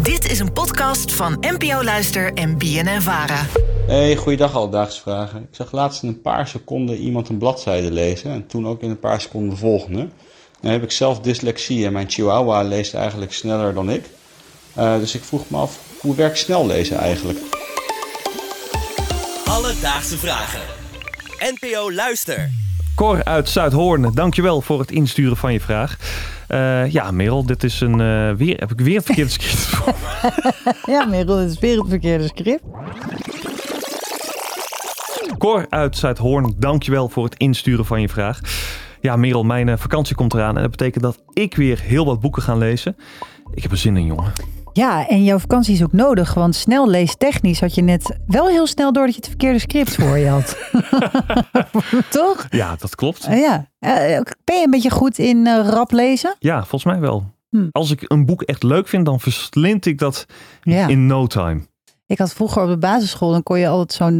Dit is een podcast van NPO Luister en BNN-Vara. Hey, goeiedag Alledaagse Vragen. Ik zag laatst in een paar seconden iemand een bladzijde lezen en toen ook in een paar seconden de volgende. Nu heb ik zelf dyslexie en mijn chihuahua leest eigenlijk sneller dan ik. Dus ik vroeg me af, hoe werkt snel lezen eigenlijk? Alledaagse Vragen. NPO Luister. Cor uit Zuidhoorn, dankjewel voor het insturen van je vraag. Ja, Merel, dit is heb ik weer het verkeerde script? Ja, Merel, dit is weer het verkeerde script. Cor uit Zuidhoorn, dankjewel voor het insturen van je vraag. Ja, Merel, mijn vakantie komt eraan en dat betekent dat ik weer heel wat boeken ga lezen. Ik heb er zin in, jongen. Ja, en jouw vakantie is ook nodig, want snelleestechnisch had je net wel heel snel door dat je het verkeerde script voor je had. Toch? Ja, dat klopt. Ja. Ben je een beetje goed in rap lezen? Ja, volgens mij wel. Als ik een boek echt leuk vind, dan verslind ik dat in no time. Ik had vroeger op de basisschool, dan kon je altijd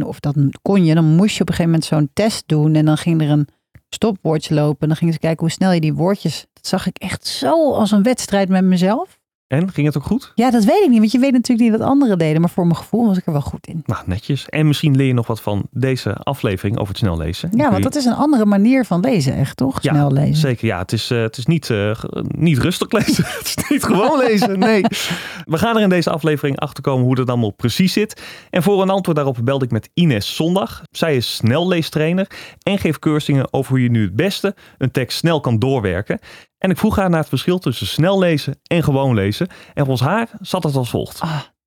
dan moest je op een gegeven moment zo'n test doen en dan ging er een stopwoordje lopen en dan gingen ze kijken hoe snel je die woordjes, dat zag ik echt zo als een wedstrijd met mezelf. En, ging het ook goed? Ja, dat weet ik niet, want je weet natuurlijk niet wat anderen deden, maar voor mijn gevoel was ik er wel goed in. Nou, netjes. En misschien leer je nog wat van deze aflevering over het snel lezen. Ja, want dat is een andere manier van lezen, echt toch? Snel lezen. Ja, zeker. Ja, het is niet rustig lezen. Het is niet gewoon lezen, nee. We gaan er in deze aflevering achter komen hoe dat allemaal precies zit. En voor een antwoord daarop belde ik met Ines Zondag. Zij is snelleestrainer en geeft cursingen over hoe je nu het beste een tekst snel kan doorwerken. En ik vroeg haar naar het verschil tussen snel lezen en gewoon lezen. En volgens haar zat het als volgt.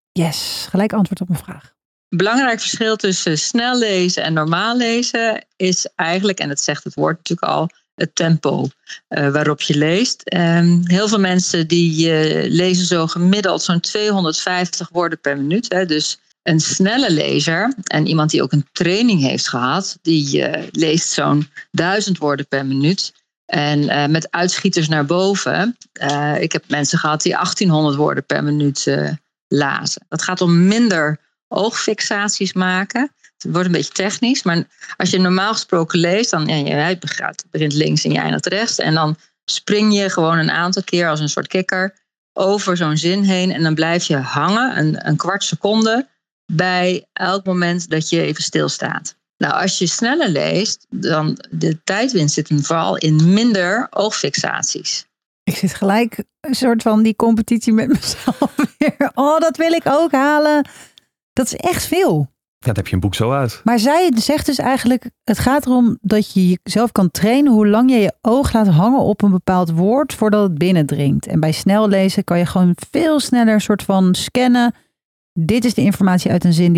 Yes, gelijk antwoord op mijn vraag. Een belangrijk verschil tussen snel lezen en normaal lezen is eigenlijk, en dat zegt het woord natuurlijk al, het tempo waarop je leest. Heel veel mensen die lezen zo gemiddeld zo'n 250 woorden per minuut. Dus een snelle lezer en iemand die ook een training heeft gehad, die leest zo'n 1000 woorden per minuut. En met uitschieters naar boven. Ik heb mensen gehad die 1800 woorden per minuut lazen. Dat gaat om minder oogfixaties maken. Het wordt een beetje technisch. Maar als je normaal gesproken leest, dan je begint links en je eindigt rechts. En dan spring je gewoon een aantal keer als een soort kikker over zo'n zin heen. En dan blijf je hangen, een kwart seconde, bij elk moment dat je even stilstaat. Nou, als je sneller leest, dan de tijdwinst zit hem vooral in minder oogfixaties. Ik zit gelijk een soort van die competitie met mezelf weer. Oh, dat wil ik ook halen. Dat is echt veel. Ja, dan heb je een boek zo uit. Maar zij zegt dus eigenlijk, het gaat erom dat je jezelf kan trainen hoe lang je je oog laat hangen op een bepaald woord voordat het binnendringt. En bij snel lezen kan je gewoon veel sneller een soort van scannen. Dit is de informatie uit een zin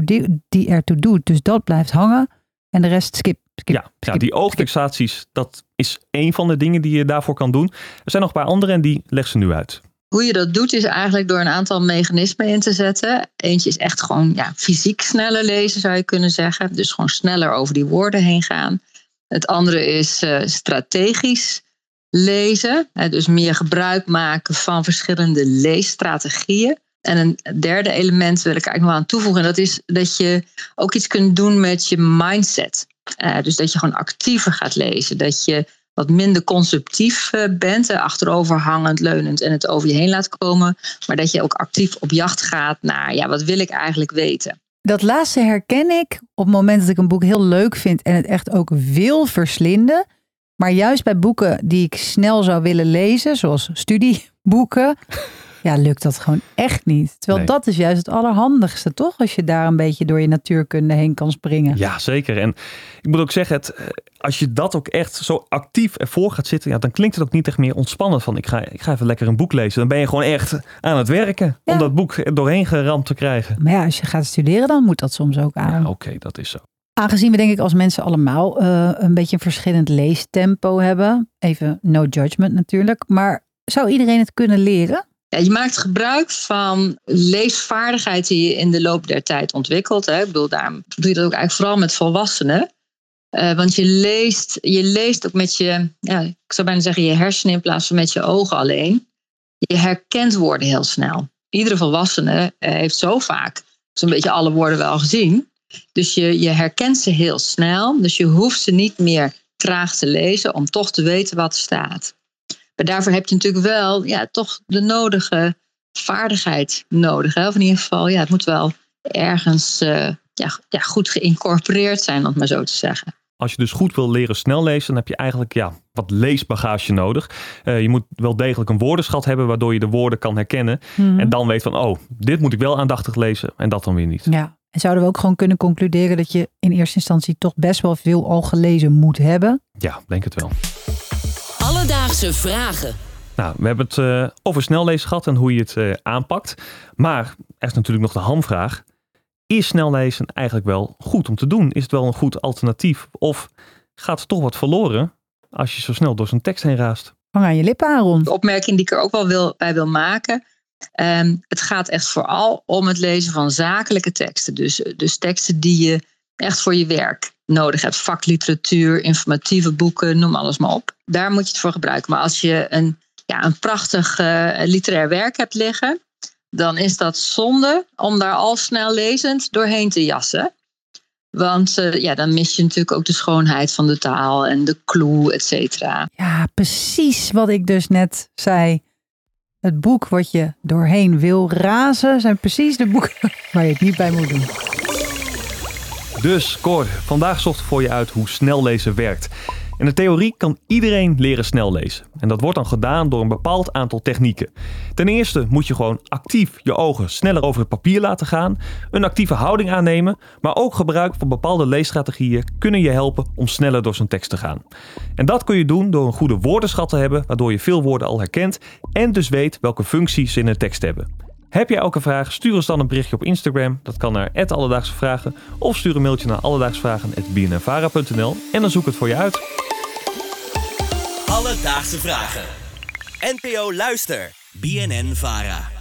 die ertoe doet. Dus dat blijft hangen. En de rest skip. Ja, die oogfixaties, dat is één van de dingen die je daarvoor kan doen. Er zijn nog een paar andere en die legt ze nu uit. Hoe je dat doet is eigenlijk door een aantal mechanismen in te zetten. Eentje is echt gewoon fysiek sneller lezen, zou je kunnen zeggen. Dus gewoon sneller over die woorden heen gaan. Het andere is strategisch lezen. Dus meer gebruik maken van verschillende leesstrategieën. En een derde element wil ik eigenlijk nog aan toevoegen. En dat is dat je ook iets kunt doen met je mindset. Dus dat je gewoon actiever gaat lezen. Dat je wat minder consumptief bent. Achteroverhangend, leunend en het over je heen laat komen. Maar dat je ook actief op jacht gaat naar wat wil ik eigenlijk weten. Dat laatste herken ik op het moment dat ik een boek heel leuk vind. En het echt ook wil verslinden. Maar juist bij boeken die ik snel zou willen lezen. Zoals studieboeken. Ja, lukt dat gewoon echt niet. Terwijl dat is juist het allerhandigste, toch? Als je daar een beetje door je natuurkunde heen kan springen. Ja, zeker. En ik moet ook zeggen, als je dat ook echt zo actief ervoor gaat zitten, dan klinkt het ook niet echt meer ontspannend van ik ga even lekker een boek lezen. Dan ben je gewoon echt aan het werken om dat boek er doorheen geramd te krijgen. Maar ja, als je gaat studeren, dan moet dat soms ook aan. Ja, oké, dat is zo. Aangezien we denk ik als mensen allemaal een beetje een verschillend leestempo hebben. Even no judgment natuurlijk. Maar zou iedereen het kunnen leren? Ja, je maakt gebruik van leesvaardigheid die je in de loop der tijd ontwikkelt. Ik bedoel, daarom doe je dat ook eigenlijk vooral met volwassenen. Want je leest ook met je, ik zou bijna zeggen je hersenen in plaats van met je ogen alleen. Je herkent woorden heel snel. Iedere volwassene heeft zo vaak zo'n beetje alle woorden wel gezien. Dus je herkent ze heel snel. Dus je hoeft ze niet meer traag te lezen om toch te weten wat er staat. Maar daarvoor heb je natuurlijk wel toch de nodige vaardigheid nodig. Hè? Of in ieder geval, het moet wel ergens goed geïncorporeerd zijn, om het maar zo te zeggen. Als je dus goed wil leren snel lezen, dan heb je eigenlijk wat leesbagage nodig. Je moet wel degelijk een woordenschat hebben, waardoor je de woorden kan herkennen. En dan weet van, dit moet ik wel aandachtig lezen en dat dan weer niet. Ja, en zouden we ook gewoon kunnen concluderen dat je in eerste instantie toch best wel veel al gelezen moet hebben? Ja, denk het wel. Alledaagse vragen. Nou, we hebben het over snellezen gehad en hoe je het aanpakt. Maar er is natuurlijk nog de hamvraag. Is snellezen eigenlijk wel goed om te doen? Is het wel een goed alternatief? Of gaat er toch wat verloren als je zo snel door zo'n tekst heen raast? Hang aan je lippen, Aaron. De opmerking die ik er ook wel bij wil maken. Het gaat echt vooral om het lezen van zakelijke teksten. Dus teksten die je echt voor je werk nodig hebt. Vakliteratuur, informatieve boeken, noem alles maar op. Daar moet je het voor gebruiken. Maar als je een prachtig literair werk hebt liggen, dan is dat zonde om daar al snel lezend doorheen te jassen. Want dan mis je natuurlijk ook de schoonheid van de taal en de clue, et cetera. Ja, precies wat ik dus net zei. Het boek wat je doorheen wil razen zijn precies de boeken waar je het niet bij moet doen. Dus Cor, vandaag zocht ik voor je uit hoe snellezen werkt. In de theorie kan iedereen leren snel lezen. En dat wordt dan gedaan door een bepaald aantal technieken. Ten eerste moet je gewoon actief je ogen sneller over het papier laten gaan. Een actieve houding aannemen. Maar ook gebruik van bepaalde leesstrategieën kunnen je helpen om sneller door zo'n tekst te gaan. En dat kun je doen door een goede woordenschat te hebben. Waardoor je veel woorden al herkent. En dus weet welke functies ze in een tekst hebben. Heb jij ook een vraag? Stuur ons dan een berichtje op Instagram. Dat kan naar @alledaagsevragen. Of stuur een mailtje naar alledaagsvragen@bnnvara.nl. En dan zoek ik het voor je uit. Alledaagse vragen. NPO Luister. BNN Vara.